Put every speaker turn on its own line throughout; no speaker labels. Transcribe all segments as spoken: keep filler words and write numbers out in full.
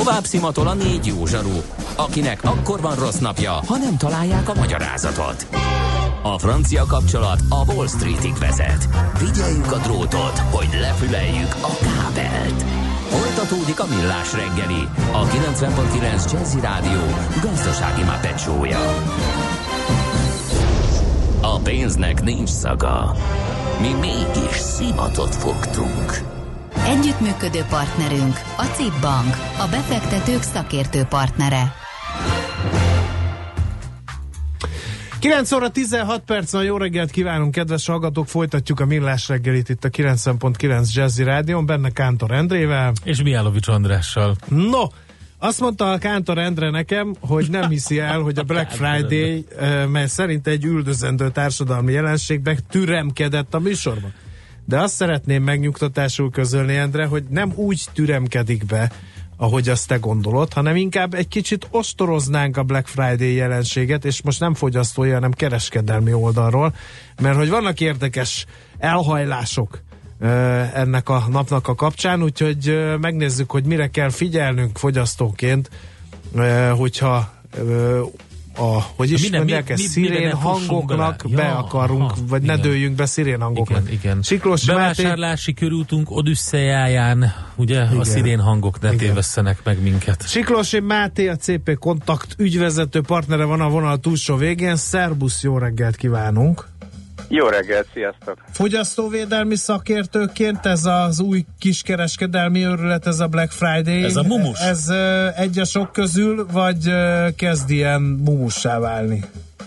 Tovább szimatol a négy jó zsaru, akinek akkor van rossz napja, ha nem találják a magyarázatot. A francia kapcsolat a Wall Streetig vezet. Figyeljük a drótot, hogy lefüleljük a kábelt. Folytatódik a Millás reggeli, a kilencven pont kilenc Jazzy Rádió gazdasági mápecsója. A pénznek nincs szaga. Mi mégis szimatot fogtunk.
Együttműködő partnerünk a cé i bé Bank, a befektetők szakértő partnere.
kilenc óra tizenhat perc van, jó reggelt kívánunk, kedves hallgatók, folytatjuk a Millás reggelit itt a kilencven pont kilenc Jazzy Rádión, benne Kántor Endrével.
És Mihálovics Andrással.
No, azt mondta a Kántor Endre nekem, hogy nem hiszi el, hogy a Black Friday, mert szerint egy üldözendő társadalmi jelenségben türemkedett a műsorban. De azt szeretném megnyugtatásul közölni, Endre, hogy nem úgy türemkedik be, ahogy azt te gondolod, hanem inkább egy kicsit ostoroznánk a Black Friday jelenséget, és most nem fogyasztói, hanem kereskedelmi oldalról, mert hogy vannak érdekes elhajlások ennek a napnak a kapcsán, úgyhogy megnézzük, hogy mire kell figyelnünk fogyasztóként, hogyha a, hogy is
minden,
mondják ezt, szirén hangoknak be ja, akarunk, aha, vagy igen. Ne dőljünk be szirén hangoknak.
Igen, igen.
Siklós
bevásárlási Máté... körútunk Odüsszejáján, ugye, igen. A szirén hangok ne tévesszenek meg minket.
Siklós Máté, a cé pé Kontakt ügyvezető partnere van a vonal túlsó végén. Szerbusz, jó reggelt kívánunk!
Jó reggelt, sziasztok!
Fogyasztóvédelmi szakértőként ez az új kiskereskedelmi őrület, ez a Black Friday.
Ez a mumus.
Ez uh, egy a sok közül, vagy uh, kezd ilyen mumussá válni?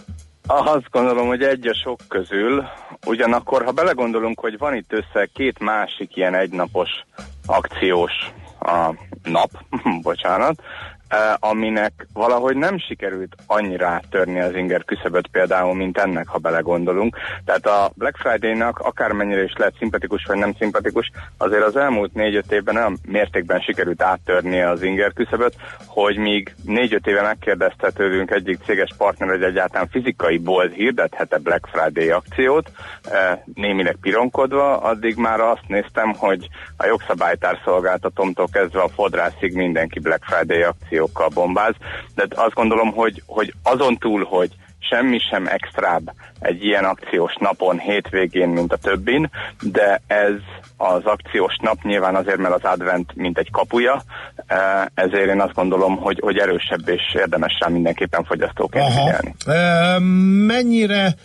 Azt gondolom, hogy egy a sok közül. Ugyanakkor, ha belegondolunk, hogy van itt össze két másik ilyen egynapos akciós a nap, bocsánat, aminek valahogy nem sikerült annyira áttörni az inger küszöböt például, mint ennek, ha belegondolunk. Tehát a Black Friday-nak akármennyire is lehet szimpatikus vagy nem szimpatikus, azért az elmúlt négy-öt évben olyan mértékben sikerült áttörni az inger küszöböt, hogy míg négy-öt éve megkérdezte tőlünk egyik céges partner, hogy egyáltalán fizikai bolt hirdethet-e Black Friday akciót, némileg pironkodva, addig már azt néztem, hogy a jogszabálytár szolgáltatómtól kezdve a fodrászig mindenki Black Friday akció bombáz, de azt gondolom, hogy, hogy azon túl, hogy semmi sem extrább egy ilyen akciós napon, hétvégén, mint a többin, de ez az akciós nap nyilván azért, mert az advent mint egy kapuja, ezért én azt gondolom, hogy, hogy erősebb és érdemes rá mindenképpen fogyasztóként figyelni.
E, mennyire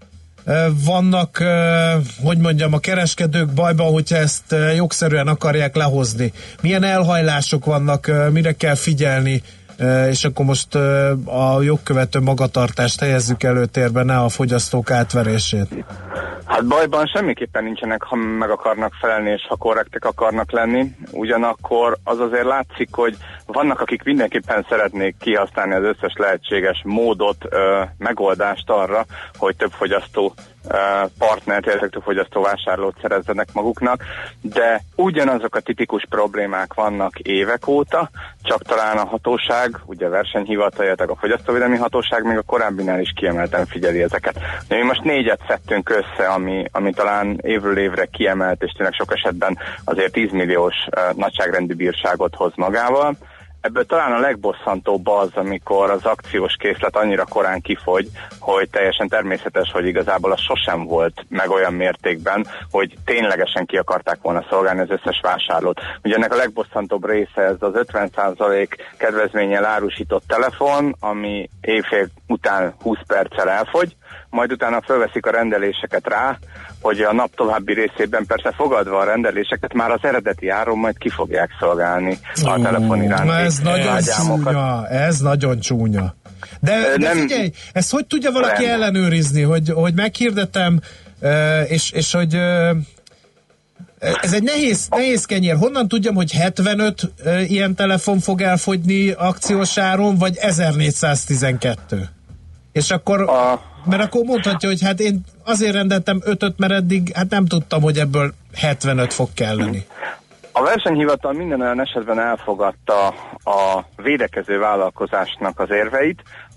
vannak, hogy mondjam, a kereskedők bajban, hogyha ezt jogszerűen akarják lehozni? Milyen elhajlások vannak, mire kell figyelni, és akkor most a jogkövető magatartást helyezzük előtérbe, ne a fogyasztók átverését?
Hát bajban semmiképpen nincsenek, ha meg akarnak felelni, és ha korrektek akarnak lenni. Ugyanakkor az azért látszik, hogy vannak, akik mindenképpen szeretnék kihasználni az összes lehetséges módot, ö, megoldást arra, hogy több fogyasztó ö, partnert, illetve több fogyasztó vásárlót szerezzenek maguknak, de ugyanazok a tipikus problémák vannak évek óta, csak talán a hatóság, ugye a versenyhivatal, illetve a fogyasztóvédelmi hatóság még a korábbinál is kiemelten figyeli ezeket. De mi most négyet szedtünk össze, ami, ami talán évről évre kiemelt, és tényleg sok esetben azért tízmilliós uh, nagyságrendű bírságot hoz magával. Ebből talán a legbosszantóbb az, amikor az akciós készlet annyira korán kifogy, hogy teljesen természetes, hogy igazából az sosem volt meg olyan mértékben, hogy ténylegesen ki akarták volna szolgálni az összes vásárlót. Ugye ennek a legbosszantóbb része ez az ötven százalék kedvezménnyel árusított telefon, ami évfél után húsz perccel elfogy, majd utána felveszik a rendeléseket rá, hogy a nap további részében persze fogadva a rendeléseket már az eredeti áron majd ki fogják szolgálni a
uh,
telefon iránti
ez nagyon csúnya, ez nagyon csúnya. De, de figyelj, ezt hogy tudja valaki rendben ellenőrizni, hogy, hogy meghirdetem, és, és hogy ez egy nehéz, nehéz kenyér. Honnan tudjam, hogy hetvenöt ilyen telefon fog elfogyni akciós áron, vagy ezernégyszáztizenkettő? És akkor, a... mert akkor mondhatja, hogy hát én azért rendeltem ötöt, mert eddig hát nem tudtam, hogy ebből hetvenöt fog kelleni.
A versenyhivatal minden olyan esetben elfogadta a védekező vállalkozásnak az érveit,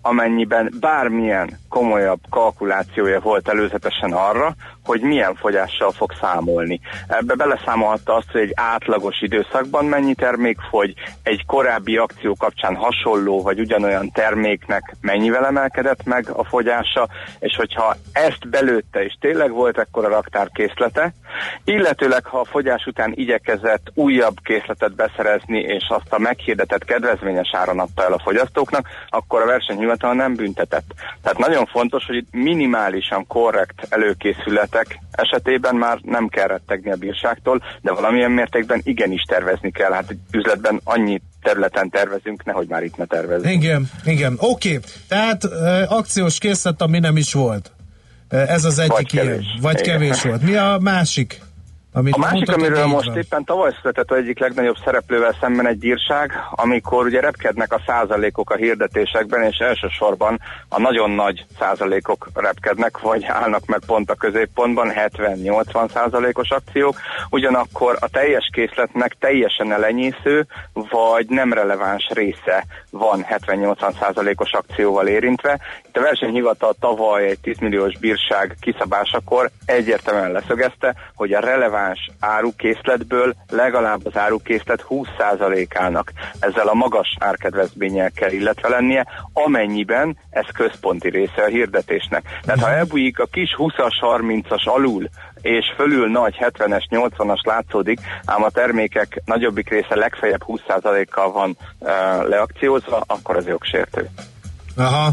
amennyiben bármilyen komolyabb kalkulációja volt előzetesen arra, hogy milyen fogyással fog számolni. Ebbe beleszámolhatta azt, hogy egy átlagos időszakban mennyi termék fogy, egy korábbi akció kapcsán hasonló vagy ugyanolyan terméknek mennyivel emelkedett meg a fogyása, és hogyha ezt belőtte, és tényleg volt ekkora raktárkészlete, illetőleg ha a fogyás után igyekezett újabb készletet beszerezni, és azt a meghirdetett kedvezményes áron adta el a fogyasztóknak, akkor a versenyhivatal nem büntetett. Tehát nagyon fontos, hogy itt minimálisan korrekt előkészületek esetében már nem kell rettegni a bírságtól, de valamilyen mértékben igenis tervezni kell. Hát egy üzletben annyi területen tervezünk, nehogy már itt ne tervezünk.
Igen, igen. Oké, okay. Tehát uh, akciós készlet, ami nem is volt. Uh, ez az egyik
Vagy
ilyen.
kevés.
Vagy
Igen.
kevés volt. Mi a másik? Amit
a másik,
mondtad,
amiről most
van.
éppen tavaly született az egyik legnagyobb szereplővel szemben egy bírság, amikor ugye repkednek a százalékok a hirdetésekben, és elsősorban a nagyon nagy százalékok repkednek, vagy állnak meg pont a középpontban, hetven-nyolcvan százalékos akciók, ugyanakkor a teljes készletnek teljesen elenyésző, vagy nem releváns része van hetven-nyolcvan százalékos akcióval érintve. Itt a versenyhivatal tavaly egy tíz milliós bírság kiszabásakor egyértelműen leszögezte, hogy a releváns árukészletből legalább az árukészlet húsz százalékának ezzel a magas árkedvezménnyel kell illetve lennie, amennyiben ez központi része a hirdetésnek. Tehát ha elbújik a kis húszas, harmincas alul, és fölül nagy hetvenes, nyolcvanas látszódik, ám a termékek nagyobbik része legfeljebb húsz százalékkal van uh, leakciózva, akkor az jogsértő.
Aha.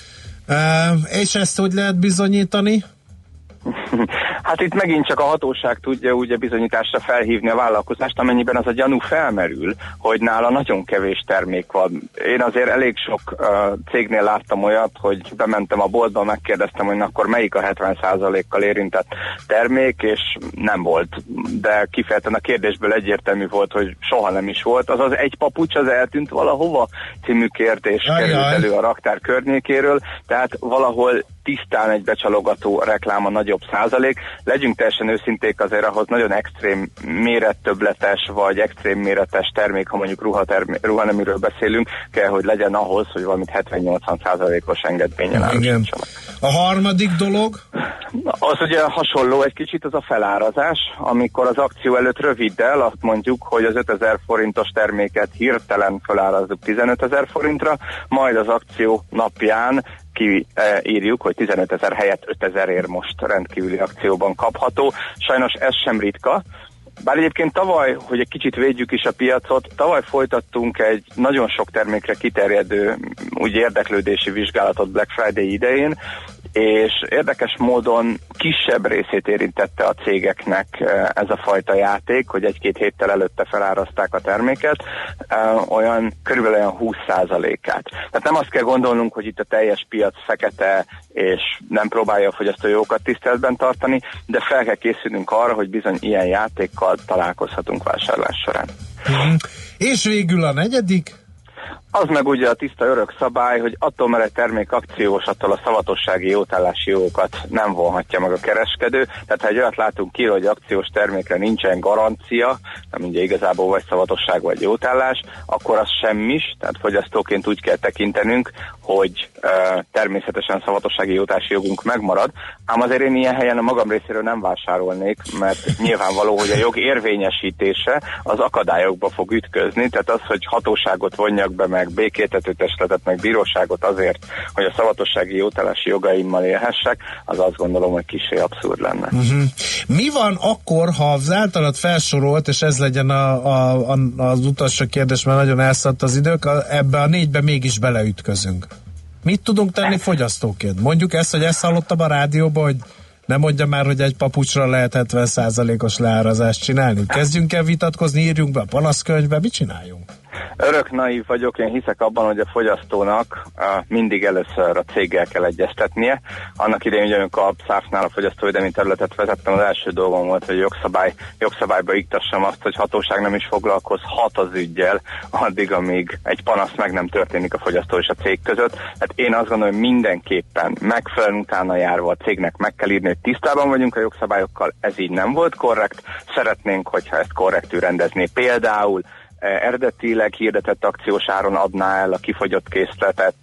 Uh, és ezt hogy lehet bizonyítani?
Hát itt megint csak a hatóság tudja ugye bizonyításra felhívni a vállalkozást, amennyiben az a gyanú felmerül, hogy nála nagyon kevés termék van. Én azért elég sok uh, cégnél láttam olyat, hogy bementem a boltba, megkérdeztem, hogy akkor melyik a hetven százalékkal érintett termék, és nem volt. De kifejezetten a kérdésből egyértelmű volt, hogy soha nem is volt. Azaz egy papucs az eltűnt valahova című kérdés került elő a raktár környékéről, tehát valahol tisztán egy becsalogató reklám a nagyobb százalék. Legyünk teljesen őszinték, azért ahhoz nagyon extrém mérettöbbletes vagy extrém méretes termék, ha mondjuk ruhatermé- ruhaneműről beszélünk, kell, hogy legyen ahhoz, hogy valamit hetven-nyolcvan százalékos engedménnyel árusítsanak.
A harmadik dolog?
Az ugye hasonló egy kicsit, az a felárazás, amikor az akció előtt röviddel azt mondjuk, hogy az ötezer forintos terméket hirtelen felárazzuk tizenötezer forintra, majd az akció napján kiírjuk, hogy tizenötezer helyett ötezerért most rendkívüli akcióban kapható. Sajnos ez sem ritka. Bár egyébként tavaly, hogy egy kicsit védjük is a piacot, tavaly folytattunk egy nagyon sok termékre kiterjedő úgy érdeklődési vizsgálatot Black Friday idején, és érdekes módon kisebb részét érintette a cégeknek ez a fajta játék, hogy egy-két héttel előtte felárazták a terméket, olyan körülbelül olyan húsz százalékát. Tehát nem azt kell gondolnunk, hogy itt a teljes piac fekete, és nem próbálja a fogyasztó jókat tiszteletben tartani, de fel kell készülnünk arra, hogy bizony ilyen játékkal találkozhatunk vásárlás során.
Mm. És végül a negyedik?
Az meg ugye a tiszta örök szabály, hogy attól, mert egy termék akciós, attól a szavatossági jótállási jogokat nem vonhatja meg a kereskedő. Tehát ha egy olyat látunk ki, hogy akciós termékre nincsen garancia, nem ugye igazából vagy szavatosság, vagy jótállás, akkor az semmis, tehát fogyasztóként úgy kell tekintenünk, hogy e, természetesen szavatossági jótállási jogunk megmarad, ám azért én ilyen helyen a magam részéről nem vásárolnék, mert nyilvánvaló, hogy a jog érvényesítése az akadályokba fog ütközni, tehát az, hogy hatóságot vonjak be, meg békéltetőtestületet, meg bíróságot azért, hogy a szavatossági jótállási jogaimmal élhessek, az azt gondolom, hogy kissé abszurd lenne.
Uh-huh. Mi van akkor, ha az általad felsorolt, és ez legyen a, a, a, az utolsó kérdés, mert nagyon elszaladt az idők, a, ebbe a négybe mégis beleütközünk? Mit tudunk tenni fogyasztóként? Mondjuk ezt, hogy ezt hallottam a rádióban, hogy nem mondja már, hogy egy papucsra lehet hetven százalékos leárazást csinálni. Kezdjünk el vitatkozni, írjunk be a panaszkönyvbe, mit csináljunk?
Örök naív vagyok, én hiszek abban, hogy a fogyasztónak uh, mindig először a céggel kell egyeztetnie. Annak idején, hogy amikor a száfnál a fogyasztóvédelmi területet vezettem, az első dolgom volt, hogy jogszabály, jogszabályba iktassam azt, hogy hatóság nem is foglalkozhat az üggyel, addig, amíg egy panasz meg nem történik a fogyasztó és a cég között. Tehát én azt gondolom, hogy mindenképpen megfelelően utána járva a cégnek meg kell írni, hogy tisztában vagyunk a jogszabályokkal, ez így nem volt korrekt, szeretnénk, hogyha ezt korrektül rendezné. Például eredetileg hirdetett akciós áron adná el a kifogyott készletet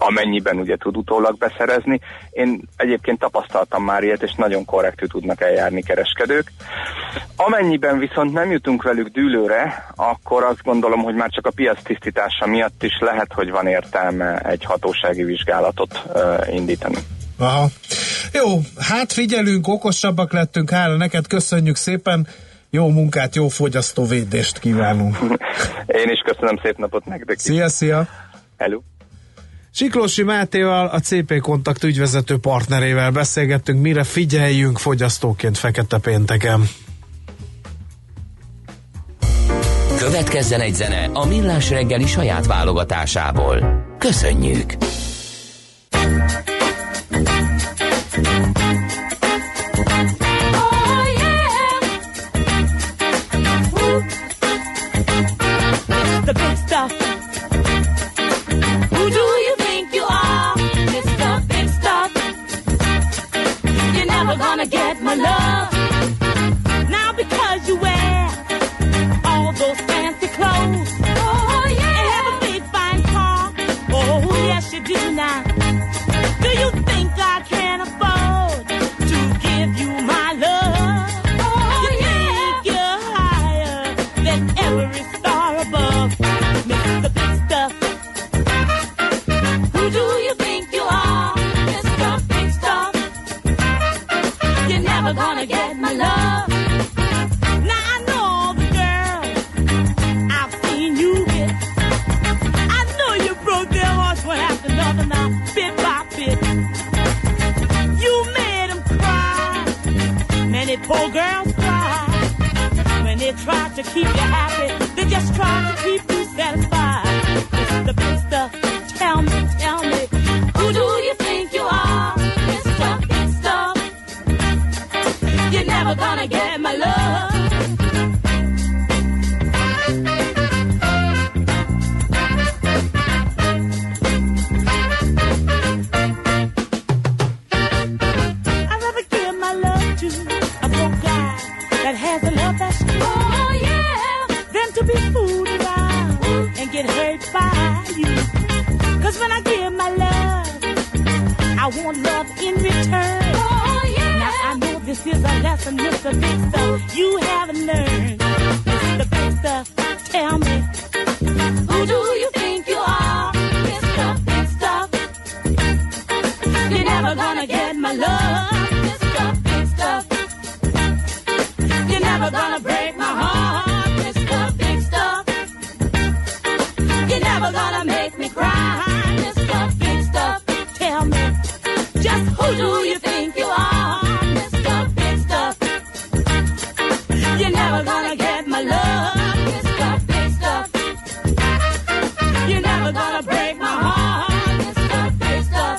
amennyiben ugye tud utólag beszerezni. Én egyébként tapasztaltam már ilyet, és nagyon korrektül tudnak eljárni kereskedők. Amennyiben viszont nem jutunk velük dűlőre, akkor azt gondolom, hogy már csak a piac tisztítása miatt is lehet, hogy van értelme egy hatósági vizsgálatot uh, indítani.
Aha. Jó, hát figyelünk, okosabbak lettünk, hála neked, köszönjük szépen, jó munkát, jó fogyasztóvédést kívánunk.
Én is köszönöm, szép napot nektek.
Szia, szia.
Hello.
Siklósi Mátéval, a cé pé Kontakt ügyvezető partnerével beszélgettünk, mire figyeljünk fogyasztóként fekete pénteken.
Következzen egy zene a Millás reggeli saját válogatásából. Köszönjük!
The big stuff. Who do you think you are, Mister Big Stuff? You're never gonna get my love. Now because you wear all those fancy clothes. Oh yeah. And have a big fine car. Oh yes you do now. Do you think I can afford to give you my love? Oh you yeah. think you're higher than every star above, Mister Big Stuff. Who do you think you are, Mister Big Stuff? You're never gonna get my love. Now I know all the girls I've seen you with. I know you broke their hearts one after another now, bit by bit. You made them cry. Many poor girls cry when they try to keep you happy. They just try to keep you satisfied. Mister Big Stuff, tell me, tell me, who do you think you are, Mister Big Stuff? You're never gonna get my love. I'd rather give my love to a broke guy that has a love that's true. Oh yeah, than to be fooled around and get hurt by you. Cause when I give my love, I want love in return. Oh yeah. Now I know this is a lesson, Mister Big Stuff, you haven't learned. Mister Big Stuff, tell me, who do you think you are, Mister Big Stuff? You're never gonna get my love, Mister Big Stuff. You're never gonna break my heart, Mister Big Stuff. You're never gonna make me cry, Mister Big Stuff. Tell me, just who do you think you are, Mister Big Stuff? You're never gonna get my love, Mister Big Stuff. You're never gonna break my heart, Mister Big Stuff.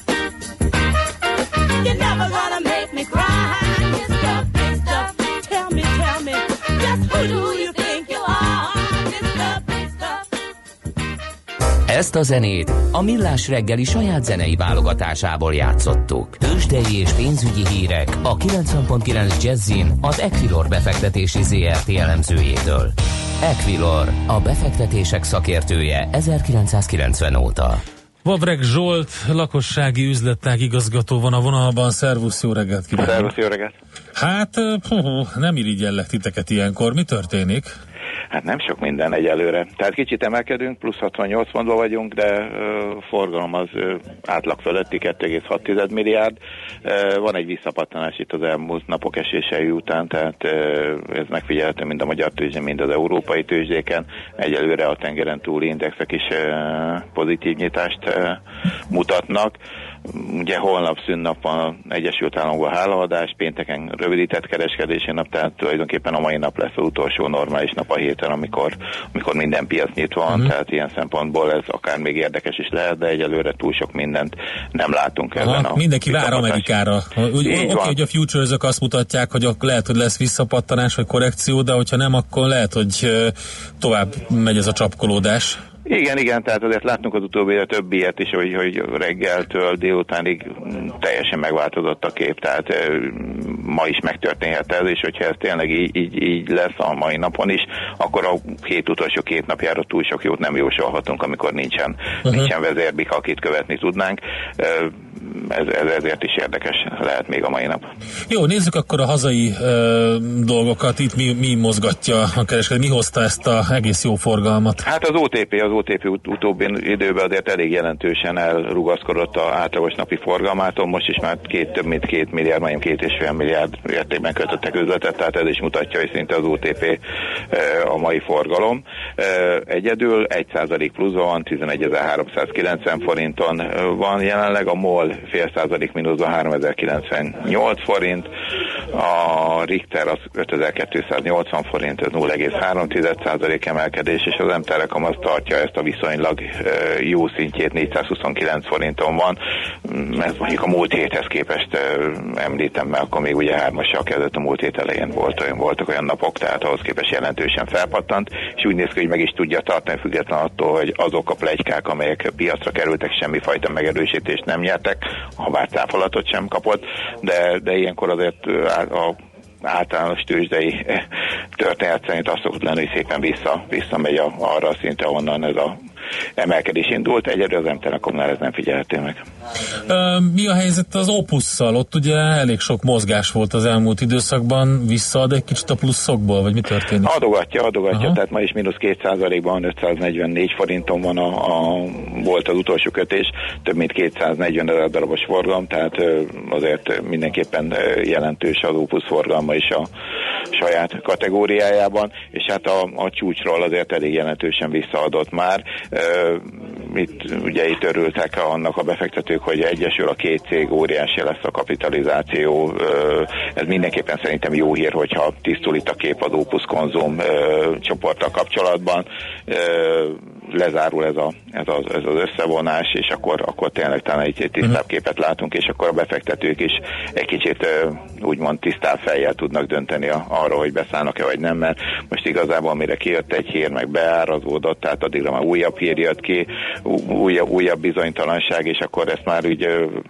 You're never gonna make me cry, Mister Big Stuff. Tell me, tell me, just who do you think you are, Mister Big Stuff?
Ezt a zenét a Millás reggeli saját zenei válogatásából játszottuk. Tőzsdei és pénzügyi hírek a kilencven pont kilenc Jazzin az Equilor befektetési zé er té elemzőjétől. Equilor, a befektetések szakértője ezerkilencszázkilencven óta.
Vavreg Zsolt, lakossági üzletág igazgató van a vonalban. Szervusz, jó reggelt kívánok!
Szervusz, jó reggelt!
Hát, puh, nem irigyellek titeket ilyenkor. Mi történik?
Hát nem sok minden egyelőre. Tehát kicsit emelkedünk, plusz hatvannyolc pontban vagyunk, de uh, forgalom az uh, átlag fölötti kettő egész hat milliárd. Uh, van egy visszapattanás itt az elmúlt napok esései után, tehát uh, ez megfigyelhető mind a magyar tőzsdén, mind az európai tőzsdéken. Egyelőre a tengeren túli indexek is uh, pozitív nyitást uh, mutatnak. Ugye holnap szünnap van az Egyesült Államokban hálaadás, pénteken rövidített kereskedési nap, tehát tulajdonképpen a mai nap lesz az utolsó normális nap a héten, amikor, amikor minden piac nyitva van, uh-huh. Tehát ilyen szempontból ez akár még érdekes is lehet, de egyelőre túl sok mindent nem látunk ebben.
Aha, a mindenki vár Amerikára. Oké, okay, hogy a futures-ök azt mutatják, hogy lehet, hogy lesz visszapattanás vagy korrekció, de hogyha nem, akkor lehet, hogy tovább megy ez a csapkolódás.
Igen, igen, tehát azért látnunk az utóbbi a több ilyet is, hogy, hogy reggeltől délutánig teljesen megváltozott a kép, tehát ma is megtörténhet ez, és hogyha ez tényleg így, így, így lesz a mai napon is, akkor a hét utolsó két napjára túl sok jót nem jósolhatunk, amikor nincsen, uh-huh. nincsen vezérbika, akit követni tudnánk. Ez, ez ezért is érdekes lehet még a mai nap.
Jó, nézzük akkor a hazai ö, dolgokat. Itt mi, mi mozgatja a kereskedelmet? Mi hozta ezt az egész jó forgalmat?
Hát az o té pé, az o té pé ut- utóbbi időben azért elég jelentősen elrugaszkodott a átlagos napi forgalmától. Most is már két, több mint két milliárd, majdnem két és fél milliárd értékben kötöttek üzletet, tehát ez is mutatja, hogy szinte az o té pé a mai forgalom. Egyedül egy százalék pluszban van, tizenegyezer-háromszázkilencven forinton van jelenleg, a MOL fél százalék mínuszban háromezer-kilencvennyolc forint, a Richter az ötezer-kétszáznyolcvan forint, ez nulla egész három százalék emelkedés, és az M-Telekom az tartja ezt a viszonylag jó szintjét, négyszázhuszonkilenc forinton van, ez mondjuk a múlt héthez képest említem, mert akkor még ugye hármassal kezdett, a múlt hét elején volt olyan, voltak olyan napok, tehát ahhoz képest jelentősen felpattant, és úgy néz ki, hogy meg is tudja tartani, független attól, hogy azok a pletykák, amelyek piacra kerültek, semmifajta megerősítést nem nyertek, ha bár cáfolatot sem kapott, de, de ilyenkor azért a általános tőzsdei történet szerint azt szokott lenni, hogy szépen vissza, visszamegy a, arra a szintre, onnan ez a emelkedés indult. Egyedül az M-Telekomnál ez nem figyelhető meg.
Mi a helyzet az Opusszal? Ott ugye elég sok mozgás volt az elmúlt időszakban, visszaad egy kicsit a pluszokból, vagy mi történik?
Adogatja, adogatja, Aha. tehát ma is mínusz két százalékban ötszáznegyvennégy forinton van a, a, volt az utolsó kötés, több mint kétszáznegyven ezer darabos forgalom, tehát azért mindenképpen jelentős az Opus forgalma is a saját kategóriájában, és hát a, a csúcsról azért elég jelentősen visszaadott már. Itt ugye itt örültek annak a befektetők, hogy egyesül a két cég, óriási lesz a kapitalizáció. Ez mindenképpen szerintem jó hír, hogyha tisztul itt a kép az Opus Konzum csoporttal kapcsolatban. Lezárul ez, a, ez, az, ez az összevonás, és akkor, akkor tényleg talán egy, egy tisztább képet látunk, és akkor a befektetők is egy kicsit úgymond tisztább fejjel tudnak dönteni a, arról, hogy beszállnak-e vagy nem, mert most igazából mire kijött egy hír, meg beárazódott, tehát addigra már újabb hír jött ki, újabb, újabb bizonytalanság, és akkor ezt már úgy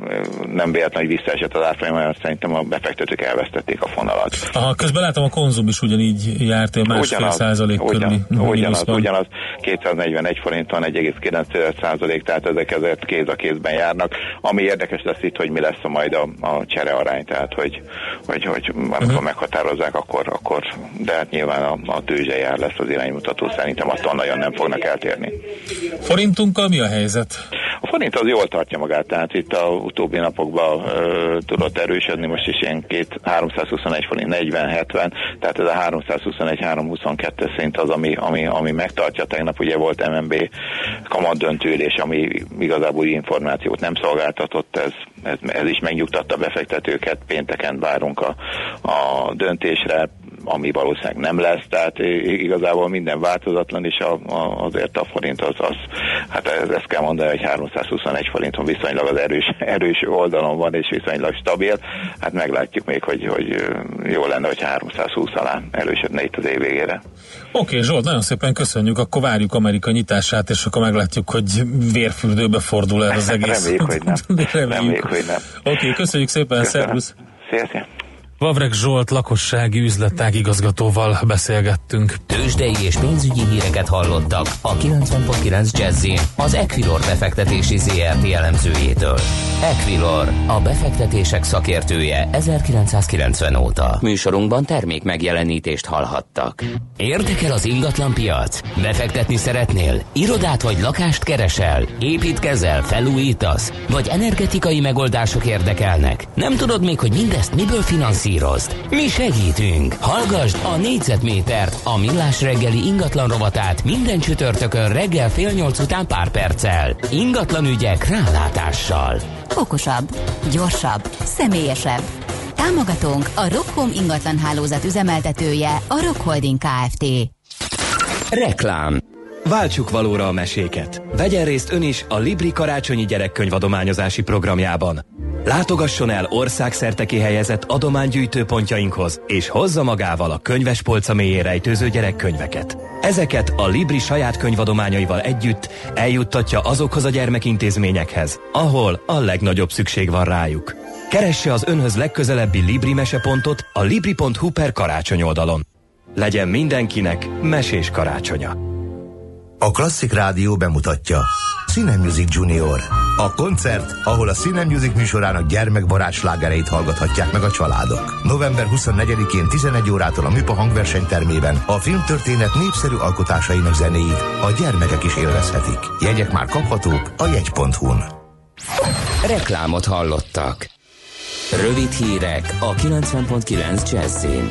nem véletlen, hogy visszaesett az árfolyam, mert szerintem a befektetők elvesztették a fonalat.
Aha, közben látom a Konzum is ugyanígy járt, másfél százalék körül.
Ugyanaz, ugyanaz, kétszáznegyvenegy forinton egy egész kilenc százalék, tehát ezek ezért kéz a kézben járnak. Ami érdekes lesz itt, hogy mi lesz a majd a, a cserearány, tehát hogy, hogy, hogy amikor uh-huh. meghatározzák, akkor, akkor de hát nyilván a, a tőzsde jár lesz az iránymutató, szerintem attól nagyon nem fognak eltérni.
Forintunkkal mi a helyzet?
A forint az jól tartja magát, tehát itt a utóbbi napokban uh, tudott erősödni, most is ilyen két, háromszázhuszonegy forint, negyven hetven, tehát ez a háromszázhuszonegy háromszázhuszonkettő szint az, ami, ami, ami megtartja. Tegnap ugye volt em en bé kamatdöntőülés, ami igazából új információt nem szolgáltatott, ez, ez, ez is megnyugtatta a befektetőket, pénteken várunk a, a döntésre, ami valószínűleg nem lesz, tehát igazából minden változatlan, és a, a, azért a forint az, az hát ezt kell mondani, hogy háromszázhuszonegy forinton viszonylag az erős, erős oldalon van, és viszonylag stabil, hát meglátjuk még, hogy, hogy jó lenne, hogy háromszázhúsz alá erősödne itt az év végére.
Oké, okay, Zsolt, nagyon szépen köszönjük, akkor várjuk Amerika nyitását, és akkor meglátjuk, hogy vérfürdőbe fordul el az egész.
Reméljük, hogy nem.
Reméljük.
Reméljük, hogy nem.
Oké, okay, köszönjük szépen, szervusz!
Szia, szia!
Vavreg Zsolt lakossági üzletág igazgatóval beszélgettünk.
Tőzsdei és pénzügyi híreket hallottak a kilencven pont kilenc Jazzin az Equilor befektetési zé er té elemzőjétől. Equilor, a befektetések szakértője ezerkilencszázkilencven óta. Műsorunkban termék megjelenítést hallhattak. Érdekel az ingatlan piac? Befektetni szeretnél? Irodát vagy lakást keresel? Építkezel, felújítasz? Vagy energetikai megoldások érdekelnek? Nem tudod még, hogy mindezt miből finanszírozd? Mi segítünk! Hallgasd a Négyzetmétert, a Millás reggeli ingatlan rovatát minden csütörtökön reggel fél nyolc után pár perccel. Ingatlan ügyek rálátással.
Okosabb, gyorsabb, személyesebb. Támogatónk a Rockhome ingatlan hálózat üzemeltetője, a Rock Holding Kft.
Reklám.
Váltsuk valóra a meséket. Vegyen részt ön is a Libri karácsonyi gyerekkönyvadományozási programjában. Látogasson el országszerte kihelyezett adománygyűjtőpontjainkhoz, és hozza magával a könyvespolca mélyén rejtőző gyerekkönyveket. Ezeket a Libri saját könyvadományaival együtt eljuttatja azokhoz a gyermekintézményekhez, ahol a legnagyobb szükség van rájuk. Keresse az önhöz legközelebbi Libri mesepontot a libri pont hu per karácsony oldalon. Legyen mindenkinek mesés karácsonya.
A Klasszik Rádió bemutatja Cine Music Junior. A koncert, ahol a Cine Music műsorának gyermekbarát slágereit hallgathatják meg a családok. november huszonnegyedikén tizenegy órától a Műpa hangversenytermében a filmtörténet népszerű alkotásainak zenéit a gyermekek is élvezhetik. Jegyek már kaphatók a jegy pont hu-n.
Reklámot hallottak. Rövid hírek a kilencven pont kilenc Jazzin.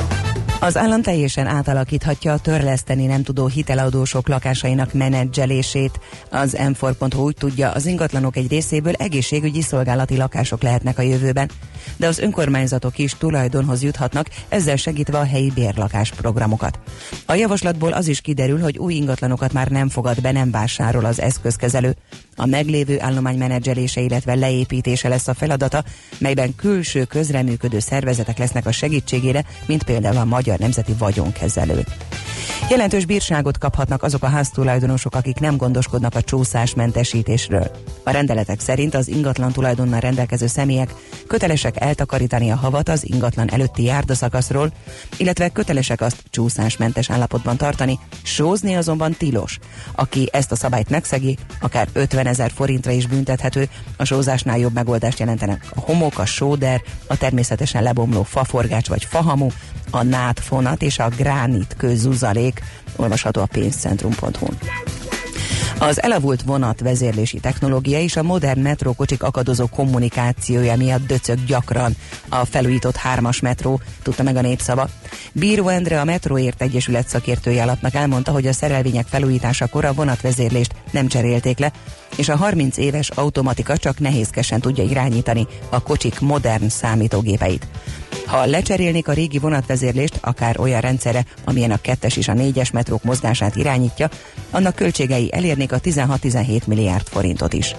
Az állam teljesen átalakíthatja a törleszteni nem tudó hiteladósok lakásainak menedzselését. Az m négy pont hu úgy tudja, az ingatlanok egy részéből egészségügyi szolgálati lakások lehetnek a jövőben, de az önkormányzatok is tulajdonhoz juthatnak, ezzel segítve a helyi bérlakás programokat. A javaslatból az is kiderül, hogy új ingatlanokat már nem fogad be, nem vásárol az eszközkezelő. A meglévő állomány menedzselése, illetve leépítése lesz a feladata, melyben külső közreműködő szervezetek lesznek a segítségére, mint például a Magyar Nemzeti Vagyonkezelő. Jelentős bírságot kaphatnak azok a háztulajdonosok, akik nem gondoskodnak a csúszásmentesítésről. A rendeletek szerint az ingatlan tulajdonnal rendelkező személyek kötelesek eltakarítani a havat az ingatlan előtti járdaszakaszról, illetve kötelesek azt csúszásmentes állapotban tartani, sózni azonban tilos. Aki ezt a szabályt megszegi, akár ötvenezer forintra is büntethető. A sózásnál jobb megoldást jelentenek a homok, a sóder, a természetesen lebomló faforgács vagy fahamu, a nátfonat és a gránit kőzuzalék, olvasható a pénzcentrum pont hu-n. Az elavult vonatvezérlési technológia és a modern metrókocsik akadozó kommunikációja miatt döcög gyakran a felújított hármas metró, tudta meg a Népszava. Bíró Endre, a Metróért Egyesület szakértője alapnak elmondta, hogy a szerelvények felújításakor a vonatvezérlést nem cserélték le, és a harminc éves automatika csak nehézkesen tudja irányítani a kocsik modern számítógépeit. Ha lecserélnék a régi vonatvezérlést, akár olyan rendszerre, amilyen a kettes és a négyes metrók mozgását irányítja, annak költségei elérnék a tizenhat-tizenhét milliárd forintot is.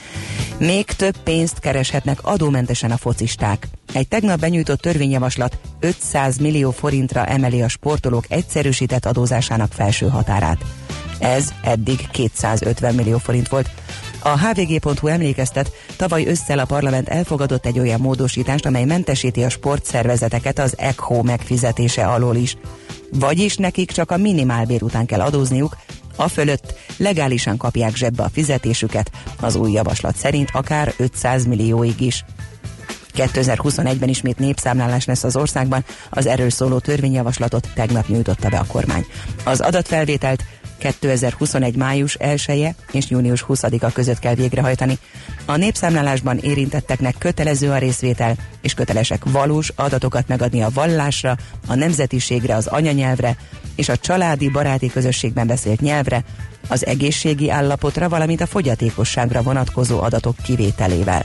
Még több pénzt kereshetnek adómentesen a focisták. Egy tegnap benyújtott törvényjavaslat ötszáz millió forintra emeli a sportolók egyszerűsített adózásának felső határát. Ez eddig kétszázötven millió forint volt. A há vé gé pont hu emlékeztet, tavaly ősszel a parlament elfogadott egy olyan módosítást, amely mentesíti a sportszervezeteket az e ká o megfizetése alól is. Vagyis nekik csak a minimálbér után kell adózniuk, a fölött legálisan kapják zsebbe a fizetésüket, az új javaslat szerint akár ötszáz millióig is. kétezer-huszonegyben ismét népszámlálás lesz az országban, az erről szóló törvényjavaslatot tegnap nyújtotta be a kormány. Az adatfelvételt kétezer-huszonegy május elseje és június huszadika között kell végrehajtani. A népszámlálásban érintetteknek kötelező a részvétel, és kötelesek valós adatokat megadni a vallásra, a nemzetiségre, az anyanyelvre és a családi, baráti közösségben beszélt nyelvre, az egészségi állapotra, valamint a fogyatékosságra vonatkozó adatok kivételével.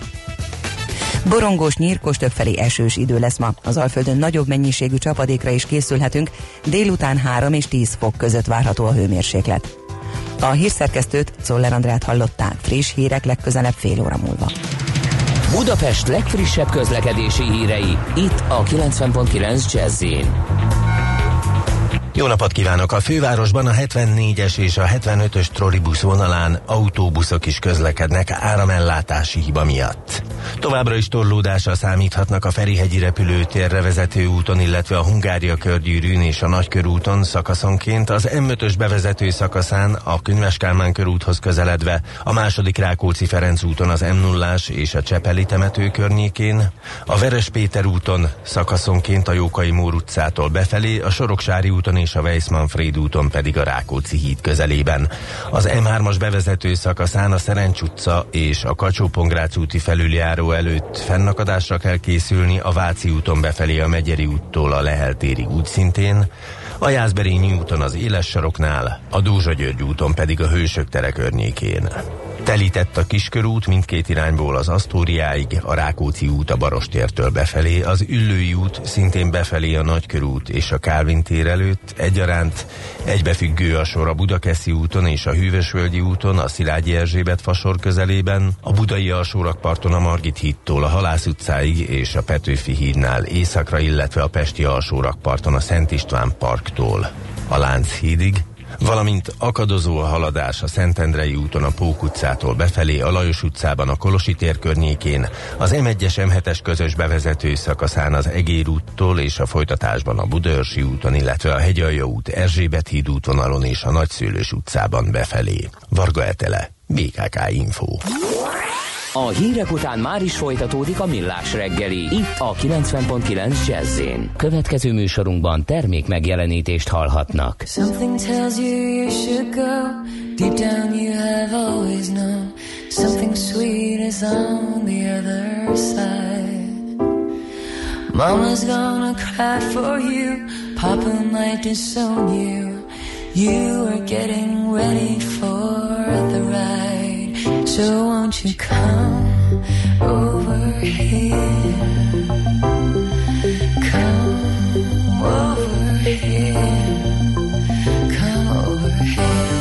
Borongós, nyírkos, többfelé esős idő lesz ma. Az Alföldön nagyobb mennyiségű csapadékra is készülhetünk, délután három és tíz fok között várható a hőmérséklet. A hírszerkesztőt, Czoller Andrát hallották, friss hírek legközelebb fél óra múlva.
Budapest legfrissebb közlekedési hírei, itt a kilencven pont kilenc Jazz-in.
Jó napot kívánok! A fővárosban a hetvennégyes és a hetvenötös trollibusz vonalán autóbuszok is közlekednek áramellátási hiba miatt. Továbbra is torlódásra számíthatnak a Ferihegyi repülőtérre vezető úton, illetve a Hungária körgyűrűn és a Nagykörúton szakaszonként, az em ötös bevezető szakaszán a Könyves Kálmán körúthoz közeledve, a második Rákóczi-Ferenc úton az em nullás és a Csepeli temető környékén, a Veres Péter úton szakaszonként a Jókai Mór utcától befelé, a Soroksári úton és a Weiss-Manfréd úton pedig a Rákóczi híd közelében. Az em hármas bevezető szakaszán a Szerencs utca és a Kacsó-Pongrác úti felüljáró előtt fennakadásra kell készülni, a Váci úton befelé a Megyeri úttól a Lehel térig úgy szintén, a Jászberényi úton az Éles saroknál, a Dózsa-György úton pedig a Hősök tere környékén. Telített a Kiskörút mindkét irányból az Asztóriáig, a Rákóczi út a Barostértől befelé, az Üllői út szintén befelé a Nagykörút és a Kálvin tér előtt egyaránt, egybefüggő a sor a Budakeszi úton és a Hűvösvölgyi úton, a Szilágyi Erzsébet fasor közelében, a Budai alsórakparton a Margit hídtól a Halász utcáig és a Petőfi hídnál északra, illetve a Pesti alsórakparton a Szent István parktól a Lánchídig, valamint akadozó a haladás a Szentendrei úton a Pók utcától befelé, a Lajos utcában a Kolosi tér környékén, az em egyes em hetes közös bevezető szakaszán az Egér úttól és a folytatásban a Budaörsi úton, illetve a Hegyalja út Erzsébet híd útvonalon és a Nagyszőlős utcában befelé. Varga Etele, bé ká ká Info.
A hírek után már is folytatódik a Millás reggeli, itt a kilencven pont kilenc Jazz-én. Következő műsorunkban termék megjelenítést hallhatnak.
Something tells you you should go. Deep down you have always known. Something sweet is on the other side. Mama's gonna cry for you. Papa might disown you. You are getting ready for the ride. So won't you come over here? Come over here. Come over here.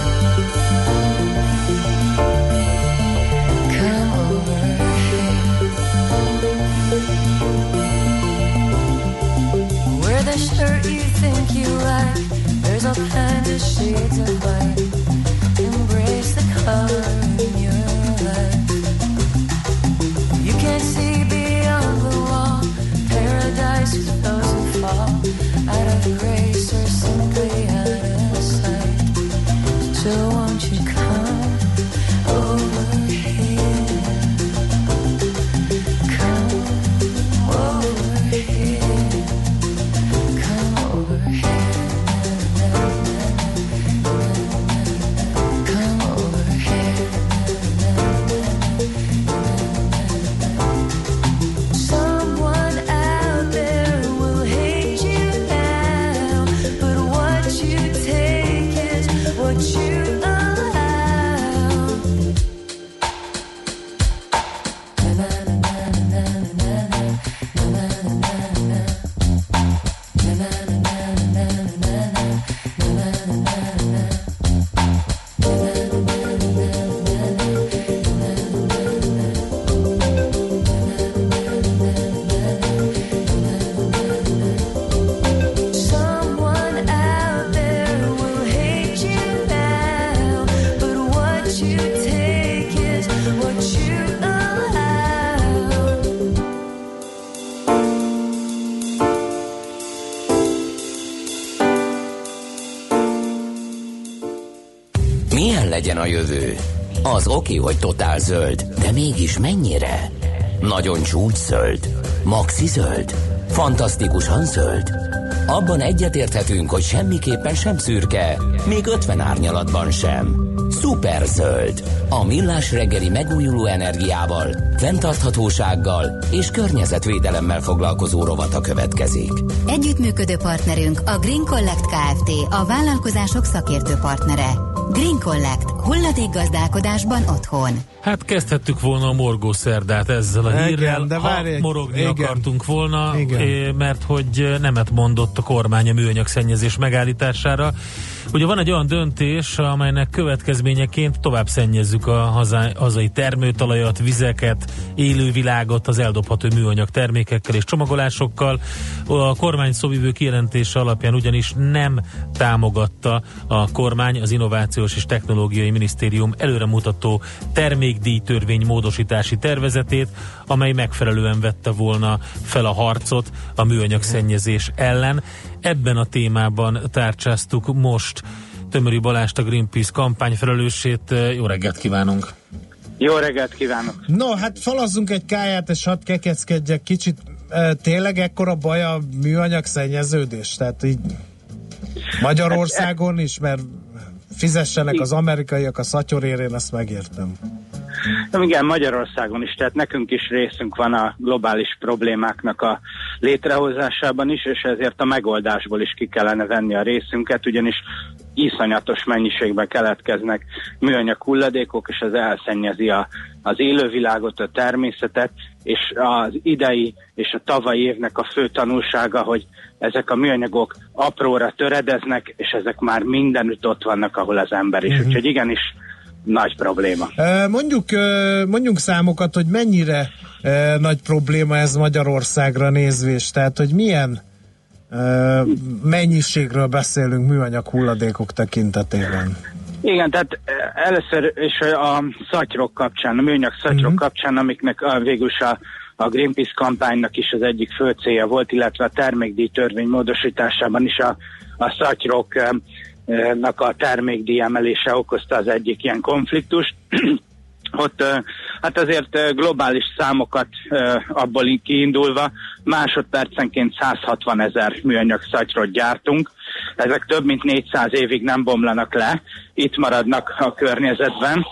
Come over here. Wear the shirt you think you like. There's all kinds of shades of white. Embrace the color in your life. You can't see beyond the wall. Paradise for those who fall out of grace or simply out of sight. So won't you come over here? Come over here. Come over here.
Legyen a jövő. Az oké, hogy totál zöld, de mégis mennyire? Nagyon csúcs zöld? Maxi zöld? Fantasztikusan zöld? Abban egyetérthetünk, hogy semmiképpen sem szürke, még ötven árnyalatban sem. Szuper zöld. A Millás reggeli megújuló energiával, fenntarthatósággal és környezetvédelemmel foglalkozó rovata következik.
Együttműködő partnerünk a Green Collect Kft. A vállalkozások szakértő partnere. Green Collect. Hulladékgazdálkodásban otthon.
Hát kezdhettük volna a morgószerdát ezzel a
igen,
hírrel,
de
ha
várj,
morogni
igen.
akartunk volna,
Igen.
mert hogy nemet mondott a kormány a műanyag szennyezés megállítására. Ugye van egy olyan döntés, amelynek következményeként tovább szennyezzük a hazá, hazai termőtalajat, vizeket, élővilágot az eldobható műanyag termékekkel és csomagolásokkal. A kormány szóvivő kijelentése alapján ugyanis nem támogatta a kormány az Innovációs és Technológiai Minisztérium előremutató termékdíjtörvény módosítási tervezetét, amely megfelelően vette volna fel a harcot a műanyag szennyezés ellen. Ebben a témában tárcsáztuk most Tömöri Balást, a Greenpeace kampányfelelősét. Jó reggelt kívánunk!
Jó reggelt kívánok!
No, hát falazzunk egy káját, és hadd kekeckedjek kicsit. E, tényleg ekkora baj a műanyag szennyeződés? Tehát így Magyarországon is, mert fizessenek az amerikaiak a szatyorért, én ezt megértem.
Igen, Magyarországon is, tehát nekünk is részünk van a globális problémáknak a létrehozásában is, és ezért a megoldásból is ki kellene venni a részünket, ugyanis iszonyatos mennyiségben keletkeznek műanyag hulladékok, és ez elszennyezi a, az élővilágot, a természetet, és az idei és a tavalyi évnek a fő tanulsága, hogy ezek a műanyagok apróra töredeznek, és ezek már mindenütt ott vannak, ahol az ember is. Uh-huh. Úgyhogy igenis nagy probléma.
Mondjuk, mondjuk számokat, hogy mennyire nagy probléma ez Magyarországra nézvés, tehát hogy milyen mennyiségről beszélünk műanyag hulladékok tekintetében.
Igen, tehát először is a szatyrok kapcsán, a műanyag szatyrok uh-huh. kapcsán, amiknek a, végül is a, a Greenpeace kampánynak is az egyik fő célja volt, illetve a termékdíj törvény módosításában is a, a szatyroknak a termékdíj emelése okozta az egyik ilyen konfliktust. Ott hát azért globális számokat abból kiindulva másodpercenként száz hatvan ezer műanyag szatyrot gyártunk. Ezek több mint négyszáz évig nem bomlanak le, itt maradnak a környezetben.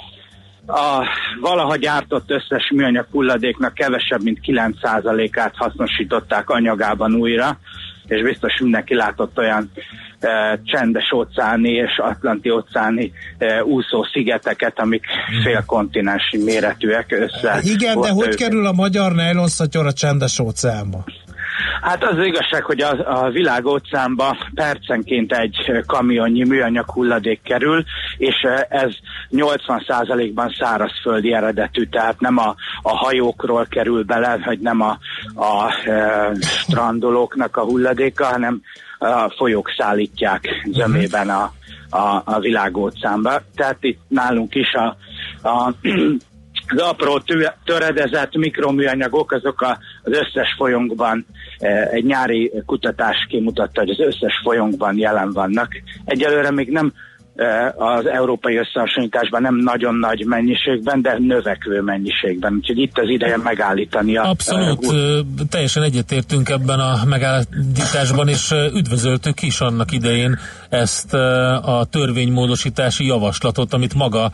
A valaha gyártott összes műanyag hulladéknak kevesebb, mint kilenc százalékát hasznosították anyagában újra, és biztos mindenki látott olyan e, csendes óceáni és atlanti óceáni e, úszó szigeteket, amik fél kontinensi méretűek össze.
Igen, de hogy őket. Kerül a magyar nejlonszatyor a csendes óceánba?
Hát az, az igazság, hogy a, a világ óceánba percenként egy kamionnyi műanyag hulladék kerül, és ez nyolcvan százalékban szárazföldi eredetű, tehát nem a, a hajókról kerül bele, vagy nem a, a e, strandolóknak a hulladéka, hanem a folyók szállítják zömében a, a, a világ óceánba. Tehát itt nálunk is a, a az apró töredezett mikroműanyagok, azok a, az összes folyónkban, egy nyári kutatás kimutatta, hogy az összes folyónkban jelen vannak. Egyelőre még nem az európai összehasonlításban nem nagyon nagy mennyiségben, de növekvő mennyiségben. Úgyhogy itt az ideje megállítani a...
Abszolút, uh, teljesen egyetértünk ebben a megállításban, és üdvözöltük is annak idején ezt a törvénymódosítási javaslatot, amit maga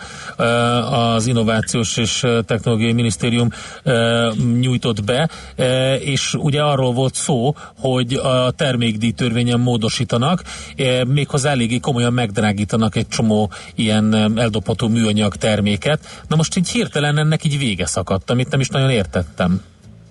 az Innovációs és Technológiai Minisztérium nyújtott be, és ugye arról volt szó, hogy a termékdíj törvényen módosítanak, méghozzá eléggé komolyan megdrágítanak egy csomó ilyen eldobható műanyag terméket. Na most így hirtelen ennek így vége szakadt, amit nem is nagyon értettem.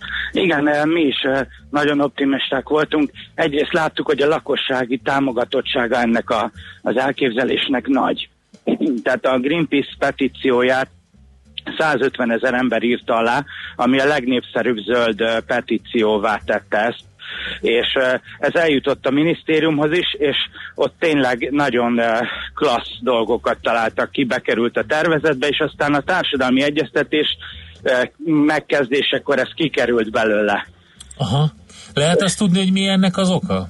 Igen, mi is nagyon optimisták voltunk. Egyrészt láttuk, hogy a lakossági támogatottsága ennek a, az elképzelésnek nagy. Tehát a Greenpeace petícióját százötven ezer ember írta alá, ami a legnépszerűbb zöld petícióvá tette ezt. És ez eljutott a minisztériumhoz is, és ott tényleg nagyon klassz dolgokat találtak ki, bekerült a tervezetbe, és aztán a társadalmi egyeztetés megkezdésekor ez kikerült belőle.
Aha. Lehet azt tudni, hogy mi ennek az oka?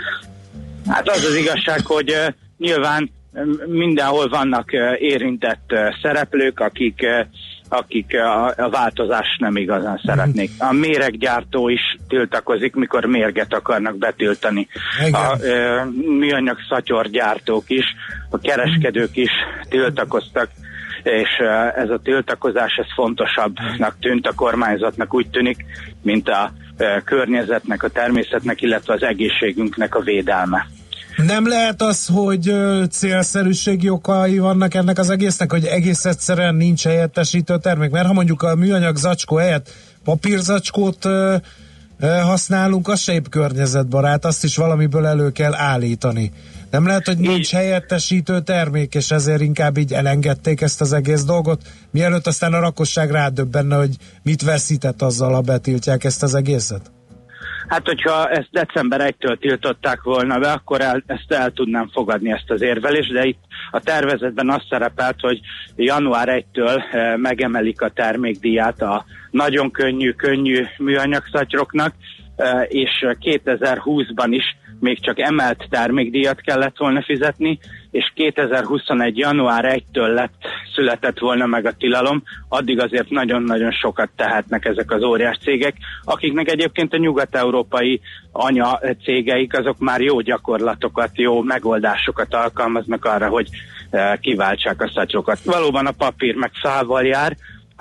Hát az az igazság, hogy uh, nyilván mindenhol vannak uh, érintett uh, szereplők, akik, uh, akik uh, a változást nem igazán szeretnék. A méreggyártó is tiltakozik, mikor mérget akarnak betiltani. Igen. A uh, műanyag szatyorgyártók is, a kereskedők is tiltakoztak, és ez a tiltakozás, ez fontosabbnak tűnt a kormányzatnak, úgy tűnik, mint a környezetnek, a természetnek, illetve az egészségünknek a védelme.
Nem lehet az, hogy célszerűségi okai vannak ennek az egésznek, hogy egész egyszerűen nincs helyettesítő termék? Mert ha mondjuk a műanyag zacskó helyett papírzacskót használunk, az se épp környezetbarát, azt is valamiből elő kell állítani. Nem lehet, hogy nincs helyettesítő termék, és ezért inkább így elengedték ezt az egész dolgot, mielőtt aztán a lakosság rádöbbenne, hogy mit veszített azzal, ha betiltják ezt az egészet?
Hát, hogyha ezt december elsejétől tiltották volna be, akkor el, ezt el tudnám fogadni, ezt az érvelést, de itt a tervezetben az szerepelt, hogy január elsejétől e, megemelik a termékdíját a nagyon könnyű, könnyű műanyagszatyroknak, e, és kétezer-húszban is még csak emelt termékdíjat kellett volna fizetni, és kétezer-huszonegy január elsejétől lett, született volna meg a tilalom, addig azért nagyon-nagyon sokat tehetnek ezek az óriás cégek, akiknek egyébként a nyugat-európai anya cégeik, azok már jó gyakorlatokat, jó megoldásokat alkalmaznak arra, hogy e, kiváltsák a szatyrokat. Valóban a papír meg fával jár,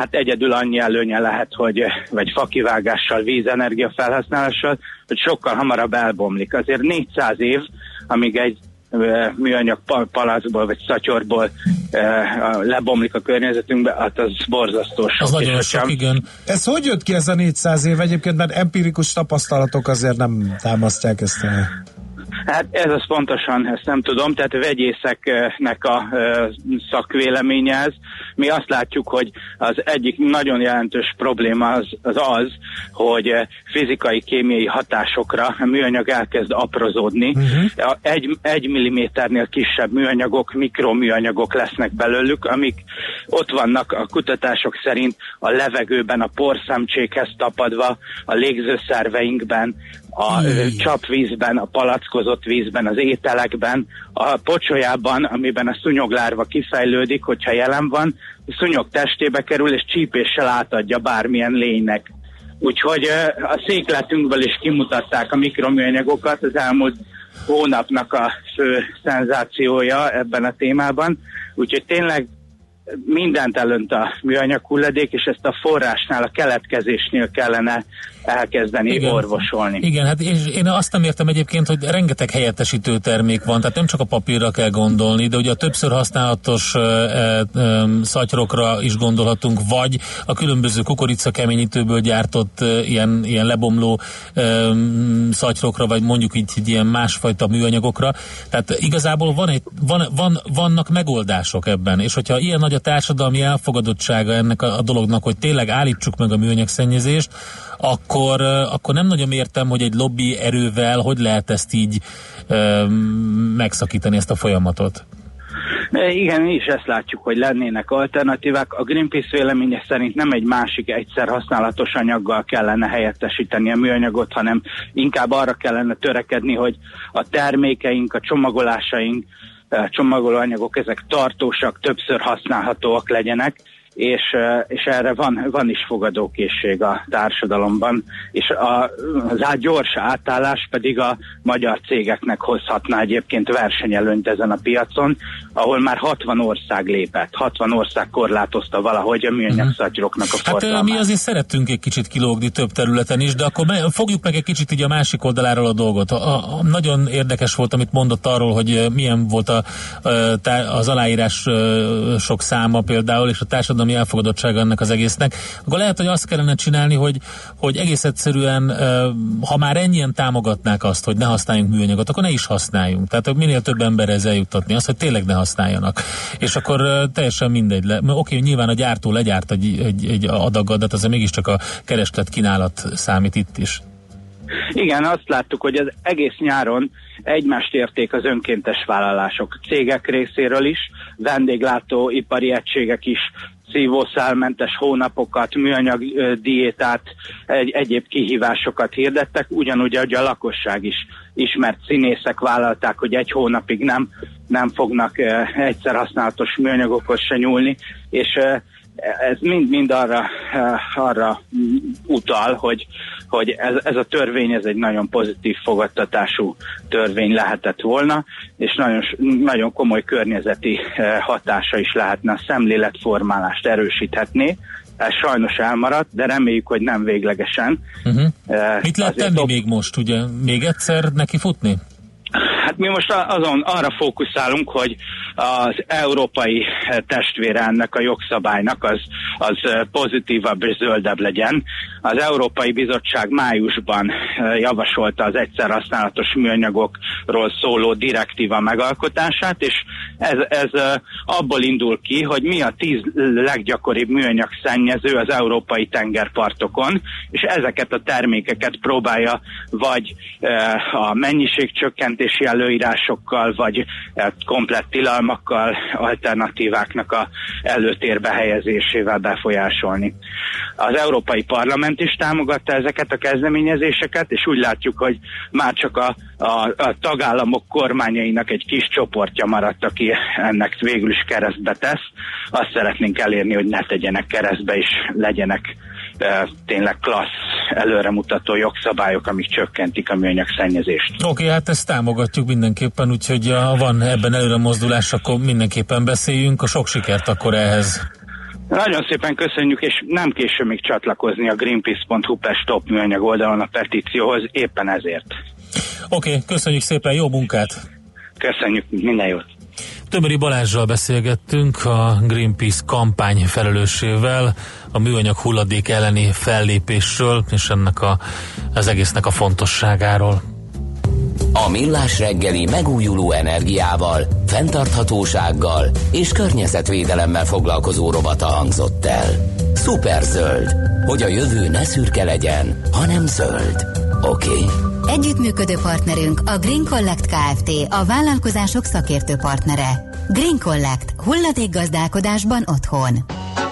hát egyedül annyi előnye lehet, hogy vagy fakivágással, vízenergia felhasználással, hogy sokkal hamarabb elbomlik. Azért négyszáz év, amíg egy műanyag palacból vagy szatyorból lebomlik a környezetünkbe, hát az borzasztó sok.
Az nagyon sok, igen.
Ez hogy jött ki ez a négyszáz év egyébként, mert empirikus tapasztalatok azért nem támasztják ezt el.
Hát ez az pontosan, ezt nem tudom, tehát a vegyészeknek a szakvéleménye ez. Mi azt látjuk, hogy az egyik nagyon jelentős probléma az az, az hogy fizikai, kémiai hatásokra a műanyag elkezd aprozódni. Uh-huh. Egy, egy milliméternél kisebb műanyagok, mikroműanyagok lesznek belőlük, amik ott vannak a kutatások szerint a levegőben, a porszemcsékhez tapadva, a légzőszerveinkben, a csapvízben, a palackozott vízben, az ételekben, a pocsolyában, amiben a szúnyoglárva kifejlődik, hogyha jelen van, a szúnyog testébe kerül, és csípéssel átadja bármilyen lénynek. Úgyhogy a székletünkből is kimutatták a mikroműanyagokat, az elmúlt hónapnak a fő szenzációja ebben a témában. Úgyhogy tényleg mindent elönt a műanyag hulladék, és ezt a forrásnál, a keletkezésnél kellene elkezdeni igen. orvosolni.
Igen, hát és én azt nem értem egyébként, hogy rengeteg helyettesítő termék van, tehát nem csak a papírra kell gondolni, de ugye a többször használatos e, e, szatyrokra is gondolhatunk, vagy a különböző kukoricakeményítőből gyártott e, ilyen, ilyen lebomló e, szatyrokra, vagy mondjuk így ilyen másfajta műanyagokra. Tehát igazából van egy, van, van, vannak megoldások ebben, és hogyha ilyen nagy a társadalmi elfogadottsága ennek a, a dolognak, hogy tényleg állítsuk meg a műanyagszennyezést, akkor, akkor nem nagyon értem, hogy egy lobby erővel hogy lehet ezt így ö, megszakítani, ezt a folyamatot.
Igen, mi is ezt látjuk, hogy lennének alternatívák. A Greenpeace véleménye szerint nem egy másik egyszer használatos anyaggal kellene helyettesíteni a műanyagot, hanem inkább arra kellene törekedni, hogy a termékeink, a csomagolásaink, csomagolóanyagok, ezek tartósak, többször használhatóak legyenek, és, és erre van, van is fogadókészség a társadalomban, és a, az át gyors átállás pedig a magyar cégeknek hozhatná egyébként versenyelőnyt ezen a piacon, ahol már hatvan ország lépett, hatvan ország korlátozta valahogy a műanyag szatyroknak a forgalmát.
Hát mi azért szerettünk egy kicsit kilógni több területen is, de akkor me- fogjuk meg egy kicsit így a másik oldaláról a dolgot. A, a, nagyon érdekes volt, amit mondott arról, hogy milyen volt a, a, az aláírás sok száma például, és a társadalom elfogadottsága ennek az egésznek, akkor lehet, hogy azt kellene csinálni, hogy, hogy egész egyszerűen, ha már ennyien támogatnák azt, hogy ne használjunk műanyagot, akkor ne is használjunk. Tehát minél több emberhez eljuttatni azt, hogy tényleg ne használjanak. És akkor teljesen mindegy. Le. Oké, nyilván a gyártó legyárt egy, egy, egy adaggal, de azért mégiscsak a kereslet kínálat számít itt is.
Igen, azt láttuk, hogy az egész nyáron egymást érték az önkéntes vállalások cégek részéről is, vendéglátóipari egységek is szívószálmentes hónapokat, műanyag diétát, egy, egyéb kihívásokat hirdettek, ugyanúgy, hogy a lakosság is ismert színészek vállalták, hogy egy hónapig nem, nem fognak uh, egyszer használatos műanyagokhoz se nyúlni, és uh, ez mind-mind arra, uh, arra utal, hogy, hogy ez, ez a törvény, ez egy nagyon pozitív fogadtatású törvény lehetett volna, és nagyon, nagyon komoly környezeti uh, hatása is lehetne, a szemléletformálást erősíthetné. Ez sajnos elmaradt, de reméljük, hogy nem véglegesen.
Uh-huh. Uh, Mit lehet tenni top... még most, ugye? Még egyszer neki futni?
Hát mi most azon arra fókuszálunk, hogy az európai testvére ennek a jogszabálynak az, az pozitívabb és zöldebb legyen. Az Európai Bizottság májusban javasolta az egyszer használatos műanyagokról szóló direktíva megalkotását, és ez, ez abból indul ki, hogy mi a tíz leggyakoribb műanyag szennyező az európai tengerpartokon, és ezeket a termékeket próbálja vagy a mennyiségcsökkentési előírásokkal, vagy komplett tilalmakkal, alternatíváknak a előtérbe helyezésével befolyásolni. Az Európai Parlament is támogatta ezeket a kezdeményezéseket, és úgy látjuk, hogy már csak a, a, a tagállamok kormányainak egy kis csoportja maradt, aki ennek végül is keresztbe tesz. Azt szeretnénk elérni, hogy ne tegyenek keresztbe, és legyenek e, tényleg klassz, előremutató jogszabályok, amik csökkentik a műanyag szennyezést.
Oké, okay, hát ezt támogatjuk mindenképpen, úgyhogy ha van ebben előremozdulás, akkor mindenképpen beszéljünk. A sok sikert akkor ehhez.
Nagyon szépen köszönjük, és nem késő még csatlakozni a greenpeace pont hu per stop műanyag oldalon a petícióhoz, éppen ezért.
Oké, okay, köszönjük szépen, jó munkát!
Köszönjük, minden jót!
Tömöri Balázssal beszélgettünk, a Greenpeace kampány felelőssével, a műanyag hulladék elleni fellépésről, és ennek a, az egésznek a fontosságáról.
A Millás reggeli megújuló energiával, fenntarthatósággal és környezetvédelemmel foglalkozó rovata hangzott el. Szuperzöld, hogy a jövő ne szürke legyen, hanem zöld. Oké? Okay?
Együttműködő partnerünk a Green Collect Kft. A vállalkozások szakértő partnere. Green Collect. Hulladékgazdálkodásban otthon.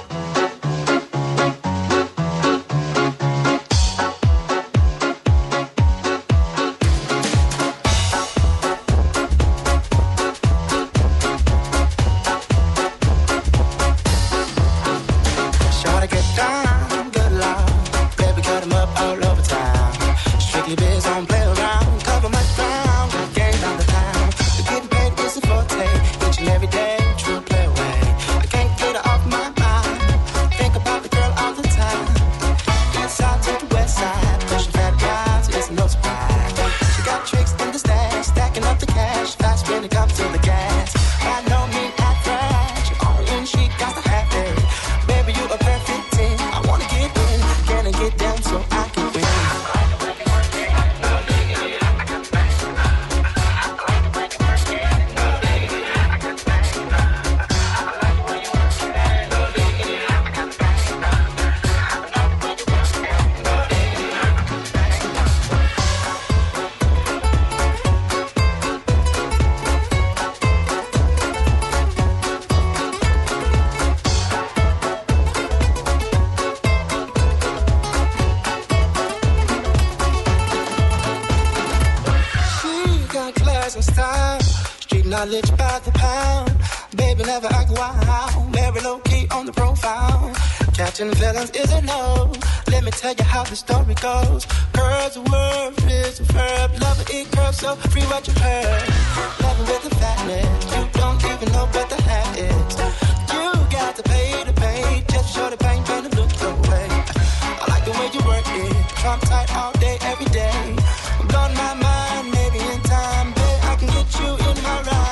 Knowledge by the pound, baby never act wild, very low key on the profile. Catching feelings is a no. Let me tell you how the story goes. Girls, a word is a verb. Love it, it curves, so free what you heard. Loving with the fatness, you don't even know what the hat is. You got to pay to pay, just show the pain, pain to look away. I like the way you work it, trump tight all day, every day. I'm blowing my mind, maybe in time, babe, I can get you in my ride.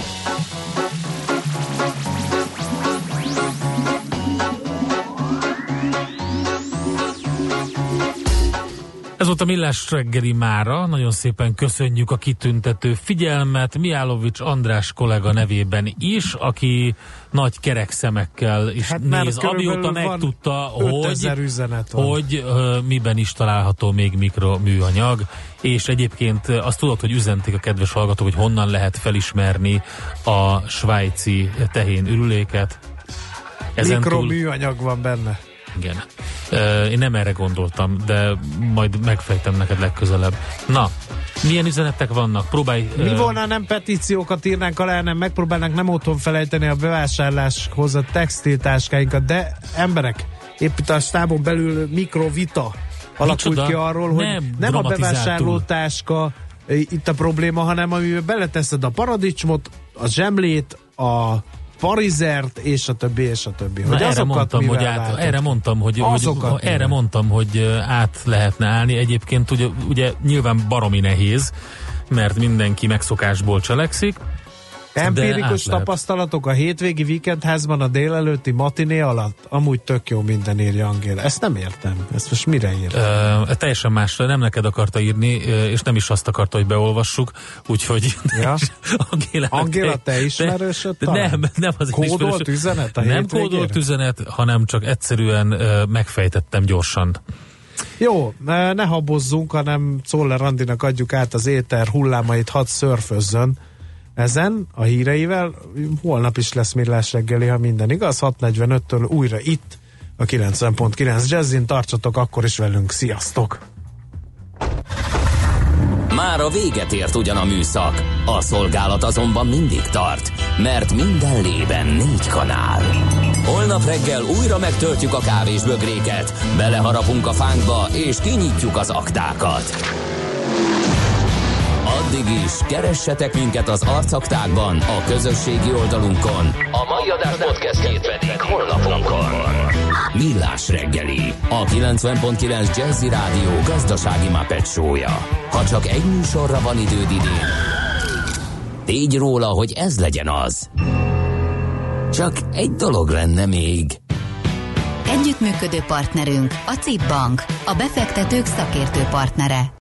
Ez volt a Millás reggeli mára, nagyon szépen köszönjük a kitüntető figyelmet Mijálovics András kollega nevében is, aki nagy kerek szemekkel is hát néz, amióta megtudta, hogy, hogy uh, miben is található még mikroműanyag, és egyébként azt tudod, hogy üzenték a kedves hallgatók, hogy honnan lehet felismerni a svájci tehén ürüléket.
Mikroműanyag van benne.
Igen. Uh, én nem erre gondoltam, de majd megfejtem neked legközelebb. Na, milyen üzenetek vannak? Próbálj...
Mi
uh...
volna, nem petíciókat írnánk alá, nem megpróbálnánk nem otthon felejteni a bevásárláshoz a textiltáskáinkat, de emberek, épp itt a stábon belül mikrovita alakult ki arról, hogy nem, nem a bevásárlótáska itt a probléma, hanem amiben beleteszed a paradicsmot, a zsemlét, a parizert, és a többi, és a többi.
Hogy erre, mondtam, hogy át, erre mondtam, hogy, hogy erre mondtam, hogy át lehetne állni. Egyébként ugye, ugye nyilván baromi nehéz, mert mindenki megszokásból cselekszik.
Empirikus tapasztalatok a hétvégi vikendházban a délelőtti matiné alatt? Amúgy tök jó minden, írja Angéla. Ezt nem értem. Ezt most mire ír?
Uh, teljesen másra, nem neked akarta írni, és nem is azt akarta, hogy beolvassuk, úgyhogy
ja. Angéla, Angéla, te ismerősöd talán?
Nem, nem az
kódolt üzenet a
Nem kódolt üzenet, hanem csak egyszerűen uh, megfejtettem gyorsan.
Jó, ne habozzunk, hanem Czoller Andinak adjuk át az éter hullámait, hadd szörfözzön ezen a híreivel. Holnap is lesz Millás reggeli, ha minden igaz, hat negyvenöttől újra itt a kilencven pont kilenc Jazzin. Tartsatok akkor is velünk, sziasztok!
Már a véget ért ugyan a műszak, a szolgálat azonban mindig tart, mert minden lében négy kanál. Holnap reggel újra megtöltjük a kávésbögréket, beleharapunk a fánkba és kinyitjuk az aktákat. Addig is, keressetek minket az arcaktákban, a közösségi oldalunkon. A mai adás podcastjét pedig honlapunkon. Millás reggeli, a kilencven pont kilenc Jazzy Rádió gazdasági Muppet show-ja. Ha csak egy műsorra van időd idén, tégy róla, hogy ez legyen az. Csak egy dolog lenne még.
Együttműködő partnerünk a cé i pé Bank, a befektetők szakértő partnere.